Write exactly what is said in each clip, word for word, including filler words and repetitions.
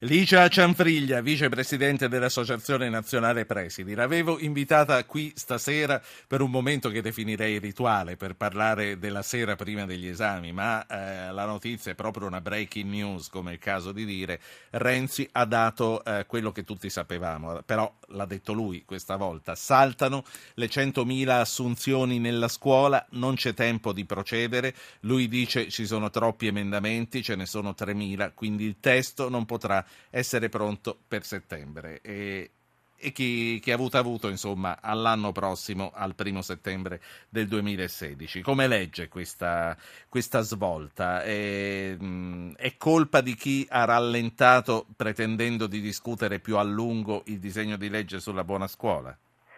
Licia Cianfriglia, vicepresidente dell'Associazione Nazionale Presidi. L'avevo invitata qui stasera per un momento che definirei rituale, per parlare della sera prima degli esami, ma eh, la notizia è proprio una breaking news, come è il caso di dire. Renzi ha dato eh, quello che tutti sapevamo, però l'ha detto lui questa volta. Saltano le centomila assunzioni nella scuola, non c'è tempo di procedere. Lui dice ci sono troppi emendamenti, ce ne sono tremila, quindi il testo non potrà essere pronto per settembre e, e chi, chi ha avuto avuto insomma all'anno prossimo, al primo settembre del duemilasedici. Come legge questa, questa svolta? È, mh, è colpa di chi ha rallentato pretendendo di discutere più a lungo il disegno di legge sulla buona scuola?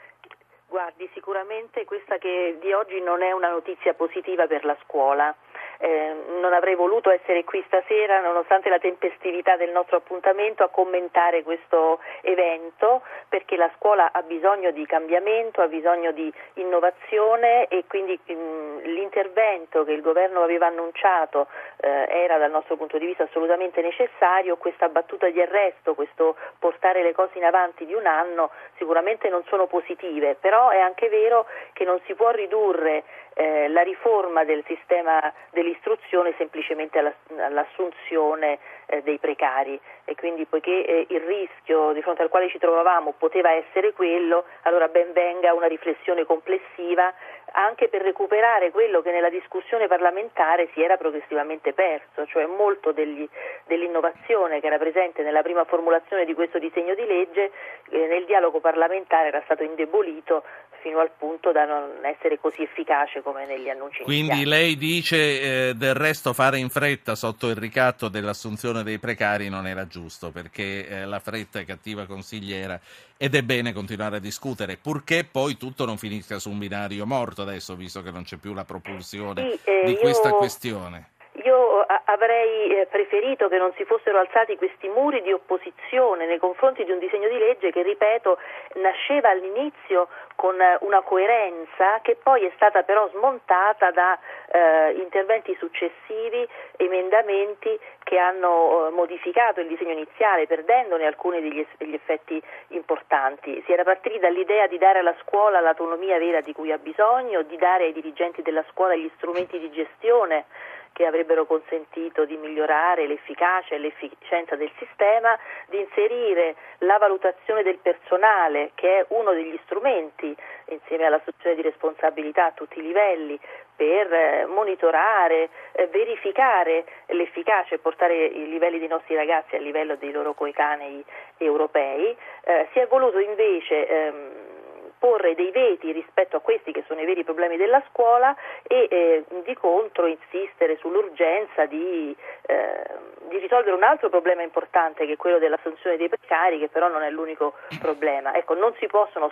Guardi, sicuramente questa che di oggi non è una notizia positiva per la scuola. Eh, non avrei voluto essere qui stasera, nonostante la tempestività del nostro appuntamento, a commentare questo evento, perché la scuola ha bisogno di cambiamento, ha bisogno di innovazione e quindi mh, l'intervento che il governo aveva annunciato eh, era dal nostro punto di vista assolutamente necessario. Questa battuta di arresto, questo portare le cose in avanti di un anno sicuramente non sono positive, però è anche vero che non si può ridurre eh, la riforma del sistema dell'istruzione semplicemente alla, all'assunzione eh, dei precari, e quindi poiché eh, il rischio di fronte al quale ci trovavamo poteva essere quello, allora ben venga una riflessione complessiva anche per recuperare quello che nella discussione parlamentare si era progressivamente perso, cioè molto degli, dell'innovazione che era presente nella prima formulazione di questo disegno di legge eh, nel dialogo parlamentare era stato indebolito fino al punto da non essere così efficace come negli annunci Quindi iniziali. lei dice eh, del resto fare in fretta sotto il ricatto dell'assunzione dei precari non era giusto, perché eh, la fretta è cattiva consigliera ed è bene continuare a discutere, purché poi tutto non finisca su un binario morto adesso, visto che non c'è più la propulsione Sì, eh, di questa io... questione. Io avrei preferito che non si fossero alzati questi muri di opposizione nei confronti di un disegno di legge che, ripeto, nasceva all'inizio con una coerenza che poi è stata però smontata da eh, interventi successivi, emendamenti che hanno eh, modificato il disegno iniziale, perdendone alcuni degli, degli effetti importanti. Si era partiti dall'idea di dare alla scuola l'autonomia vera di cui ha bisogno, di dare ai dirigenti della scuola gli strumenti di gestione che avrebbero consentito di migliorare l'efficacia e l'efficienza del sistema, di inserire la valutazione del personale, che è uno degli strumenti, insieme all'assunzione di responsabilità a tutti i livelli, per eh, monitorare, eh, verificare l'efficacia e portare i livelli dei nostri ragazzi al livello dei loro coetanei europei. Eh, si è voluto invece ehm, porre dei veti rispetto a questi che sono i veri problemi della scuola e eh, di contro insistere sull'urgenza di, eh, di risolvere un altro problema importante, che è quello dell'assunzione dei precari, che però non è l'unico problema. Ecco, non si possono,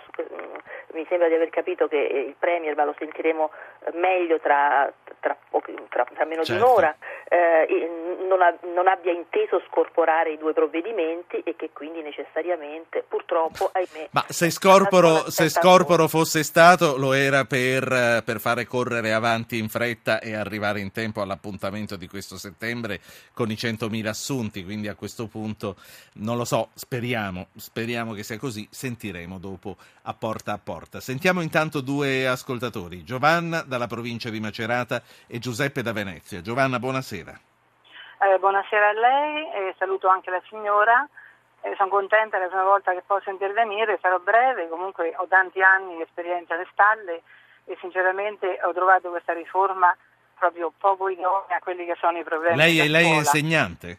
mi sembra di aver capito che il Premier, ma lo sentiremo meglio tra, tra, tra, tra meno Certo. di un'ora, eh, non, ha, non abbia inteso scorporare i due provvedimenti e che quindi necessariamente, purtroppo, ahimè, Ma se Scorporo, se Scorporo fosse stato, lo era per, per fare correre avanti in fretta e arrivare in tempo all'appuntamento di questo settembre con i centomila assunti, quindi a questo punto non lo so, speriamo, speriamo che sia così, sentiremo dopo a Porta a Porta. Sentiamo intanto due ascoltatori, Giovanna dalla provincia di Macerata e Giuseppe da Venezia. Giovanna, buonasera. Eh, buonasera a lei e saluto anche la signora. Eh, sono contenta, è la prima volta che posso intervenire, sarò breve, comunque ho tanti anni di esperienza alle spalle e sinceramente ho trovato questa riforma proprio poco idonea a quelli che sono i problemi Lei, della lei è scuola. insegnante?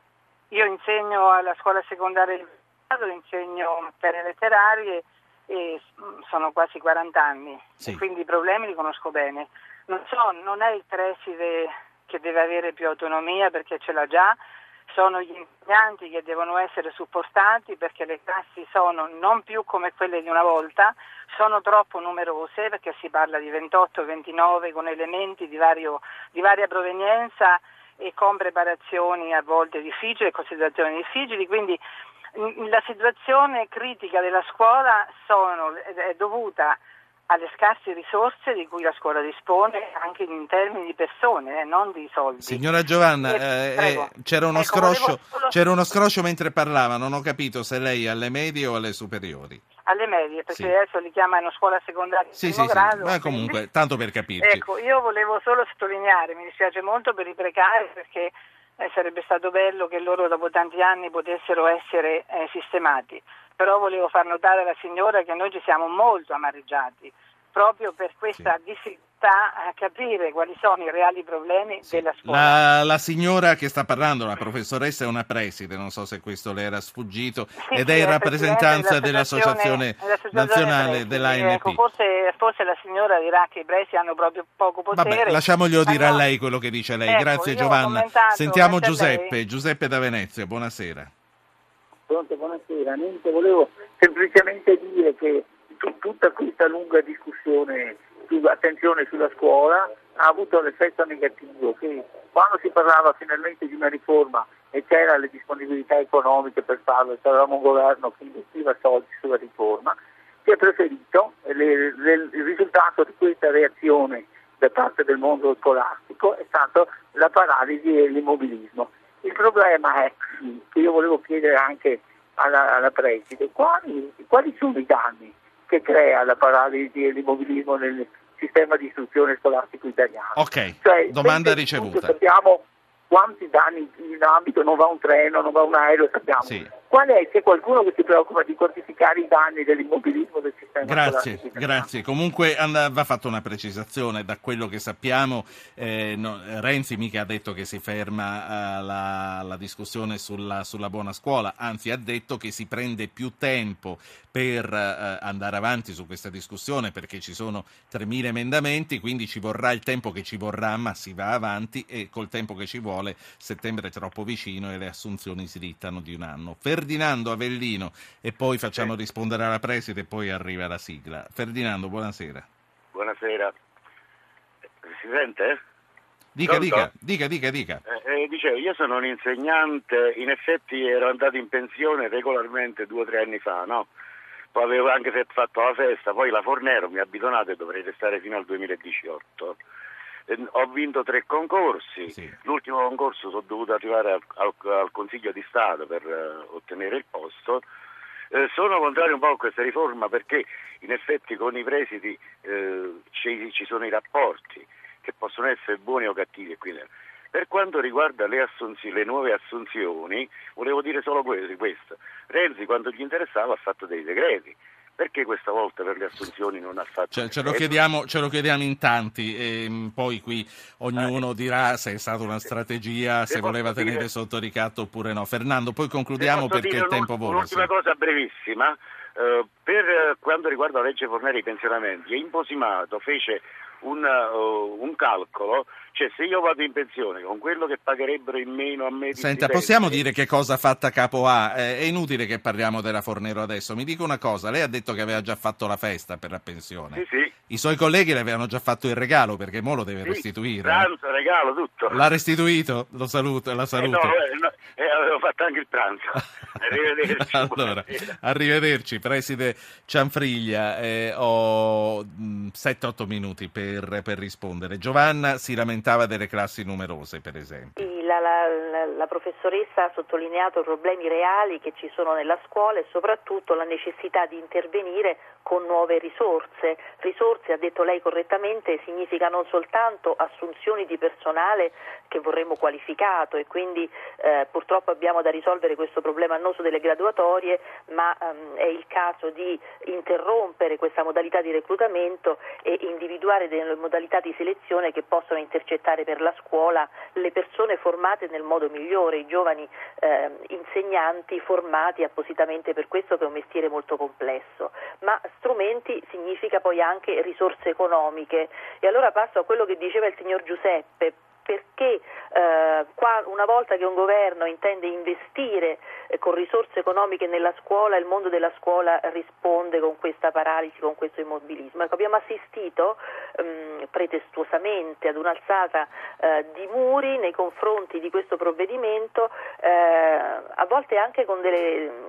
Io insegno alla scuola secondaria di Stato, insegno materie letterarie e sono quasi quaranta anni, sì. E quindi i problemi li conosco bene. Non so, non è il preside che deve avere più autonomia perché ce l'ha già, sono gli insegnanti che devono essere supportati perché le classi sono non più come quelle di una volta, sono troppo numerose perché si parla di ventotto ventinove con elementi di, vario, di varia provenienza e con preparazioni a volte difficili e considerazioni difficili, quindi la situazione critica della scuola sono, è dovuta alle scarse risorse di cui la scuola dispone anche in termini di persone, eh, non di soldi. Signora Giovanna, eh, eh, c'era uno ecco, scroscio, solo... c'era uno scroscio mentre parlava, non ho capito se lei alle medie o alle superiori. Alle medie, perché sì. adesso li chiamano scuola secondaria sì, di primo sì, grado. Sì, ma comunque, quindi... tanto per capirci. Ecco, io volevo solo sottolineare, mi dispiace molto per i precari, perché eh, sarebbe stato bello che loro dopo tanti anni potessero essere eh, sistemati, però volevo far notare alla signora che noi ci siamo molto amareggiati, proprio per questa sì. difficoltà a capire quali sono i reali problemi sì. della scuola. La, la signora che sta parlando, la professoressa, è una preside, non so se questo le era sfuggito, sì, ed sì, è in rappresentanza dell'associazione, dell'associazione nazionale dell'A N P. Ecco, forse, forse la signora dirà che i presidi hanno proprio poco potere. Vabbè, lasciamoglielo dire no. a lei quello che dice lei. Ecco, Grazie Giovanna. Sentiamo Giuseppe, Giuseppe da Venezia, buonasera. Pronto, buonasera. Niente, volevo semplicemente dire che tutta questa lunga discussione sull'attenzione sulla scuola ha avuto l'effetto negativo che quando si parlava finalmente di una riforma e c'era le disponibilità economiche per farlo, c'avevamo un governo che investiva soldi sulla riforma, si è preferito, le, le, il risultato di questa reazione da parte del mondo scolastico è stato la paralisi e l'immobilismo. Il problema è che io volevo chiedere anche alla, alla preside quali, quali sono i danni che crea la paralisi e l'immobilismo nel sistema di istruzione scolastico italiano. Ok, cioè, domanda ricevuta. Sappiamo quanti danni in ambito, non va un treno, non va un aereo, sappiamo. Sì. Qual è, c'è qualcuno che si preoccupa di quantificare i danni dell'immobilismo del sistema Grazie, scolastico? Grazie. Comunque va fatta una precisazione, da quello che sappiamo eh, no, Renzi mica ha detto che si ferma uh, la, la discussione sulla, sulla buona scuola, anzi ha detto che si prende più tempo per uh, andare avanti su questa discussione perché ci sono tremila emendamenti, quindi ci vorrà il tempo che ci vorrà, ma si va avanti e col tempo che ci vuole settembre è troppo vicino e le assunzioni si dittano di un anno. Ferdinando Avellino e poi facciamo sì. rispondere alla preside e poi arriva la sigla. Ferdinando, buonasera. Buonasera. Si sente? Dica, dica, dica, dica, dica. Eh, eh, dicevo, io sono un insegnante, in effetti ero andato in pensione regolarmente due o tre anni fa, no? Poi avevo anche fatto la festa, poi la Fornero mi ha bidonato e dovrei restare fino al duemiladiciotto. Ho vinto tre concorsi, sì. L'ultimo concorso sono dovuto arrivare al, al, al Consiglio di Stato per uh, ottenere il posto. Eh, sono contrario un po' a questa riforma perché in effetti con i presidi eh, ci, ci sono i rapporti che possono essere buoni o cattivi. Quindi, per quanto riguarda le, assunzioni, le nuove assunzioni, volevo dire solo questo. Renzi quando gli interessava ha fatto dei decreti. Perché questa volta per le assunzioni non ha fatto? Cioè, ce, lo chiediamo, ce lo chiediamo in tanti e poi qui ognuno dirà se è stata una strategia, se voleva tenere dire... sotto ricatto oppure no. Fernando, poi concludiamo perché il tempo vola. Un'ultima sì. cosa brevissima, uh, per quanto riguarda la legge Fornero e i pensionamenti, Imposimato fece un, uh, un calcolo, cioè se io vado in pensione con quello che pagherebbero in meno a me. Senta, possiamo dire che cosa ha fatta Capo A? Eh, è inutile che parliamo della Fornero adesso. Mi dica una cosa, lei ha detto che aveva già fatto la festa per la pensione. Sì, sì. I suoi colleghi le avevano già fatto il regalo perché mo lo deve sì, restituire. Pranzo, regalo, tutto. L'ha restituito? Lo saluto, la saluto. Eh no, eh, no, eh, avevo fatto anche il pranzo. Arrivederci. Allora, arrivederci, preside Cianfriglia. Eh, ho sette otto minuti per, per rispondere. Giovanna si lamentava delle classi numerose, per esempio. La, la, la, la professoressa ha sottolineato i problemi reali che ci sono nella scuola e soprattutto la necessità di intervenire con nuove risorse. Risorse, ha detto lei correttamente, significa non soltanto assunzioni di personale che vorremmo qualificato e quindi eh, purtroppo abbiamo da risolvere questo problema annoso delle graduatorie, ma ehm, è il caso di interrompere questa modalità di reclutamento e individuare delle modalità di selezione che possono intercettare per la scuola le persone formate nel modo migliore, i giovani eh, insegnanti formati appositamente per questo, che è un mestiere molto complesso. Ma strumenti significa poi anche risorse economiche e allora passo a quello che diceva il signor Giuseppe. Perché eh, qua, una volta che un governo intende investire eh, con risorse economiche nella scuola, il mondo della scuola risponde con questa paralisi, con questo immobilismo. Ecco, abbiamo assistito ehm, pretestuosamente ad un'alzata eh, di muri nei confronti di questo provvedimento, eh, a volte anche con delle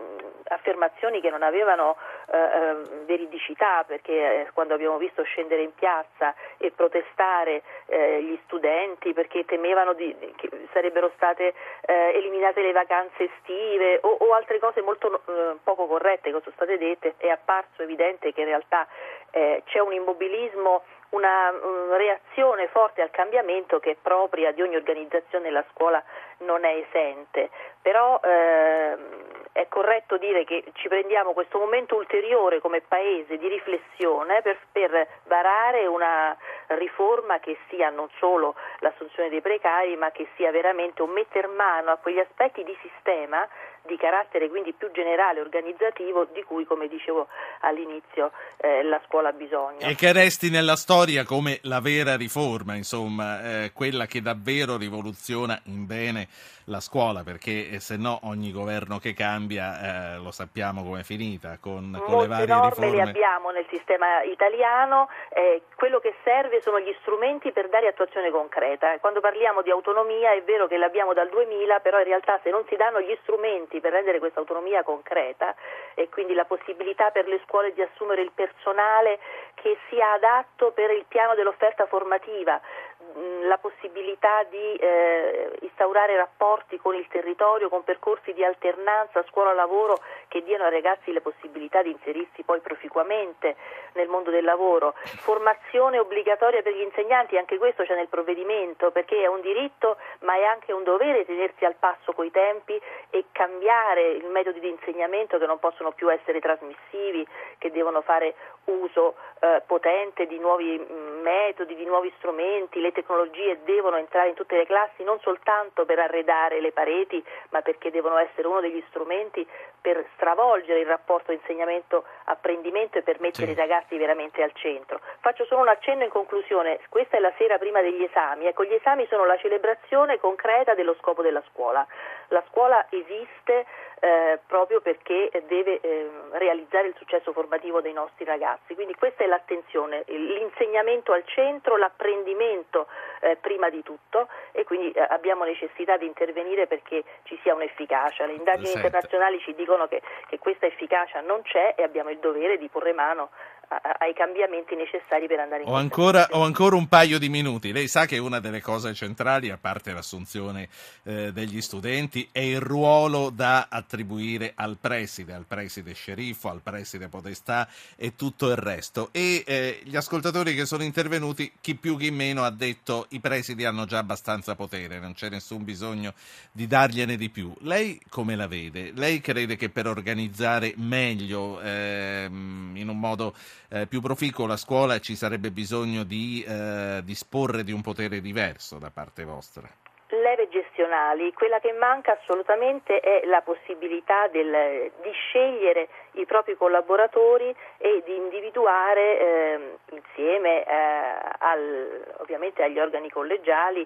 affermazioni che non avevano eh, eh, veridicità, perché eh, quando abbiamo visto scendere in piazza e protestare eh, gli studenti perché temevano di, che sarebbero state eh, eliminate le vacanze estive o, o altre cose molto eh, poco corrette che sono state dette, è apparso evidente che in realtà eh, c'è un immobilismo, una um, reazione forte al cambiamento che è propria di ogni organizzazione. La scuola non è esente, però eh, è corretto dire che ci prendiamo questo momento ulteriore come Paese di riflessione per, per varare una riforma che sia non solo l'assunzione dei precari, ma che sia veramente un metter mano a quegli aspetti di sistema di carattere quindi più generale, organizzativo, di cui, come dicevo all'inizio, eh, la scuola ha bisogno. E che resti nella storia come la vera riforma, insomma, eh, quella che davvero rivoluziona in bene la scuola, perché eh, se no ogni governo che cambia, eh, lo sappiamo com'è finita, con, con le varie norme riforme. Le abbiamo nel sistema italiano, eh, quello che serve sono gli strumenti per dare attuazione concreta. Quando parliamo di autonomia è vero che l'abbiamo dal duemila, però in realtà se non si danno gli strumenti per rendere questa autonomia concreta, e quindi la possibilità per le scuole di assumere il personale che sia adatto per il piano dell'offerta formativa, la possibilità di eh, instaurare rapporti con il territorio, con percorsi di alternanza scuola-lavoro che diano ai ragazzi le possibilità di inserirsi poi proficuamente nel mondo del lavoro, formazione obbligatoria per gli insegnanti, anche questo c'è nel provvedimento, perché è un diritto ma è anche un dovere tenersi al passo coi tempi e cambiare i metodi di insegnamento che non possono più essere trasmissivi, che devono fare uso eh, potente di nuovi mh, metodi, di nuovi strumenti. Le tecnologie devono entrare in tutte le classi non soltanto per arredare le pareti, ma perché devono essere uno degli strumenti per stravolgere il rapporto insegnamento-apprendimento e per mettere sì. i ragazzi veramente al centro. Faccio solo un accenno in conclusione, questa è la sera prima degli esami, ecco, gli esami sono la celebrazione concreta dello scopo della scuola. La scuola esiste eh, proprio perché deve eh, realizzare il successo formativo dei nostri ragazzi, quindi questa è l'attenzione, l'insegnamento al centro, l'apprendimento eh, prima di tutto, e quindi eh, abbiamo necessità di intervenire perché ci sia un'efficacia. Le indagini Senta. internazionali ci dicono che, che questa efficacia non c'è e abbiamo il dovere di porre mano ai cambiamenti necessari per andare in ho ancora, ho ancora un paio di minuti. Lei sa che una delle cose centrali, a parte l'assunzione eh, degli studenti, è il ruolo da attribuire al preside, al preside sceriffo, al preside podestà e tutto il resto. E eh, gli ascoltatori che sono intervenuti, chi più chi meno, ha detto i presidi hanno già abbastanza potere, non c'è nessun bisogno di dargliene di più. Lei come la vede? Lei crede che per organizzare meglio, eh, in un modo Eh, più proficuo la scuola, ci sarebbe bisogno di eh, disporre di un potere diverso da parte vostra? Leve gestionali, quella che manca assolutamente è la possibilità del, di scegliere i propri collaboratori e di individuare eh, insieme eh, al, ovviamente agli organi collegiali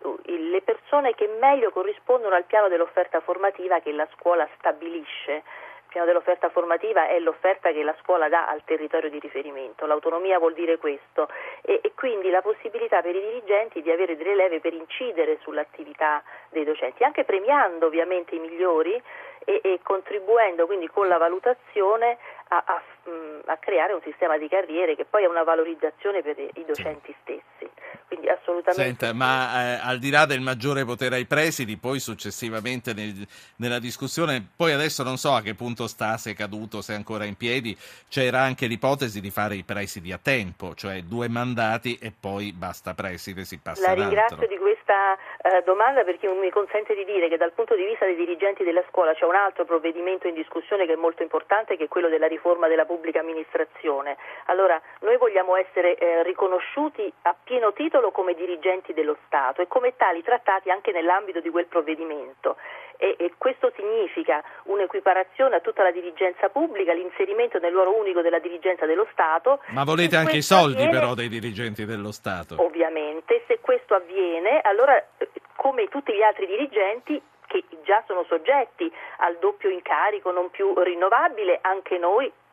le persone che meglio corrispondono al piano dell'offerta formativa che la scuola stabilisce. Il piano dell'offerta formativa è l'offerta che la scuola dà al territorio di riferimento, l'autonomia vuol dire questo, e, e quindi la possibilità per i dirigenti di avere delle leve per incidere sull'attività dei docenti, anche premiando ovviamente i migliori e, e contribuendo quindi con la valutazione a, a, a creare un sistema di carriere che poi è una valorizzazione per i docenti stessi. Quindi assolutamente. Senta, ma eh, al di là del maggiore potere ai presidi, poi successivamente nel, nella discussione, poi adesso non so a che punto sta, se è caduto, se è ancora in piedi, c'era anche l'ipotesi di fare i presidi a tempo, cioè due mandati e poi basta preside, si passa La ad altro. ringrazio di questa eh, domanda, perché mi consente di dire che dal punto di vista dei dirigenti della scuola c'è un altro provvedimento in discussione che è molto importante, che è quello della riforma della pubblica amministrazione. Allora, noi vogliamo essere eh, riconosciuti a pieno titolo come dirigenti dello Stato e come tali trattati anche nell'ambito di quel provvedimento, e, e questo significa un'equiparazione a tutta la dirigenza pubblica, l'inserimento nel ruolo unico della dirigenza dello Stato. Ma volete anche i soldi avviene, però dei dirigenti dello Stato? Ovviamente, se questo avviene, allora come tutti gli altri dirigenti che già sono soggetti al doppio incarico non più rinnovabile, anche noi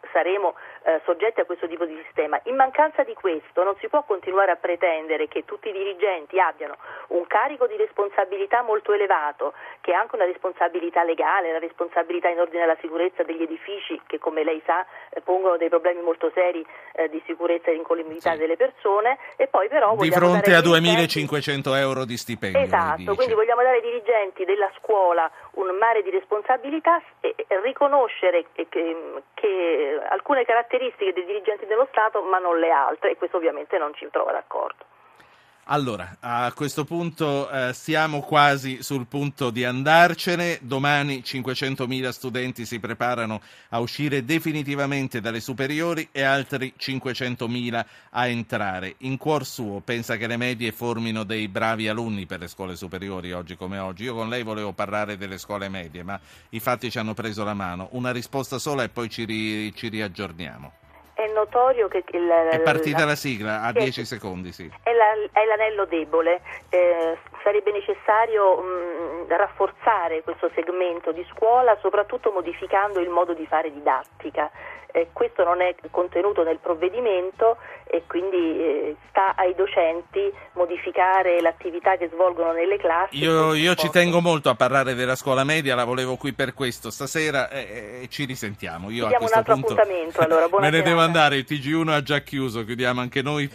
saremo eh, soggetti a questo tipo di sistema. In mancanza di questo non si può continuare a pretendere che tutti i dirigenti abbiano un carico di responsabilità molto elevato, che ha anche una responsabilità legale, una responsabilità in ordine alla sicurezza degli edifici che, come lei sa, eh, pongono dei problemi molto seri eh, di sicurezza e incolumità sì. delle persone, e poi però di fronte a duemilacinquecento euro di stipendio. Esatto, quindi vogliamo dare ai dirigenti della scuola un mare di responsabilità e, e riconoscere che, che, che alcune caratteristiche dei dirigenti dello Stato ma non le altre, e questo ovviamente non ci trova d'accordo. Allora, a questo punto eh, siamo quasi sul punto di andarcene. Domani cinquecentomila studenti si preparano a uscire definitivamente dalle superiori e altri cinquecentomila a entrare. In cuor suo pensa che le medie formino dei bravi alunni per le scuole superiori oggi come oggi? Io con lei volevo parlare delle scuole medie, ma i fatti ci hanno preso la mano. Una risposta sola e poi ci, ri, ci riaggiorniamo. È notorio che il, è partita la, la sigla a dieci secondi, sì. È, la, è l'anello debole. Eh, sarebbe necessario mh, rafforzare questo segmento di scuola, soprattutto modificando il modo di fare didattica. Eh, questo non è contenuto nel provvedimento e quindi eh, sta ai docenti modificare l'attività che svolgono nelle classi. Io, io ci tengo molto a parlare della scuola media, la volevo qui per questo stasera e eh, ci risentiamo. Io Chiediamo a questo un altro punto appuntamento, allora. Buona me ne serata. devo andare, il T G uno ha già chiuso, chiudiamo anche noi.